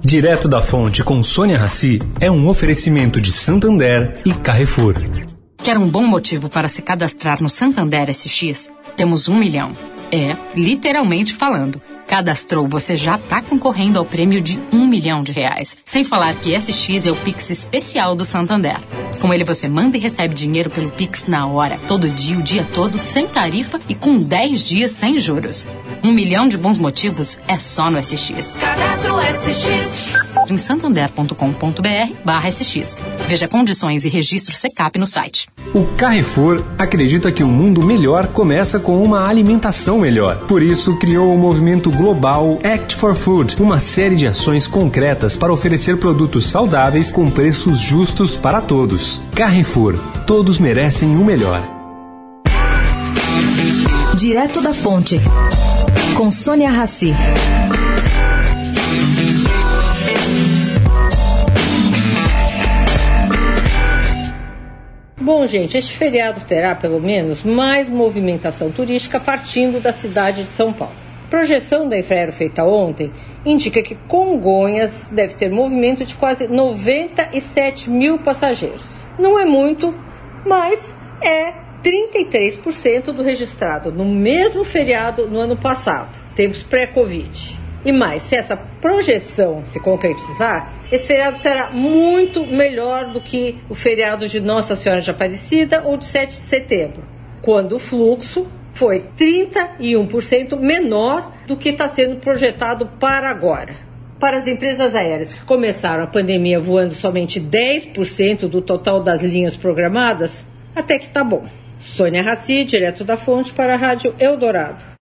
Direto da Fonte com Sônia Rassi é um oferecimento de Santander e Carrefour. Quer um bom motivo para se cadastrar no Santander SX? Temos 1 milhão. É, literalmente falando. Cadastrou, você já está concorrendo ao prêmio de R$1 milhão. Sem falar que SX é o Pix especial do Santander. Com ele você manda e recebe dinheiro pelo Pix na hora, todo dia, o dia todo, sem tarifa e com 10 dias sem juros. 1 milhão de bons motivos é só no SX. Cadastro SX. Em santander.com.br/SX. Veja condições e registro SECAP no site. O Carrefour acredita que um mundo melhor começa com uma alimentação melhor. Por isso, criou o movimento global Act for Food, uma série de ações concretas para oferecer produtos saudáveis com preços justos para todos. Carrefour, todos merecem o melhor. Direto da Fonte, com Sônia Rassi. Bom, gente, este feriado terá, pelo menos, mais movimentação turística partindo da cidade de São Paulo. A projeção da Infraero feita ontem indica que Congonhas deve ter movimento de quase 97 mil passageiros. Não é muito, mas é 33% do registrado no mesmo feriado no ano passado, tempos pré-Covid. E mais, se essa projeção se concretizar, esse feriado será muito melhor do que o feriado de Nossa Senhora de Aparecida ou de 7 de setembro, quando o fluxo foi 31% menor do que está sendo projetado para agora. Para as empresas aéreas que começaram a pandemia voando somente 10% do total das linhas programadas, até que está bom. Sônia Rassi, direto da Fonte para a Rádio Eldorado.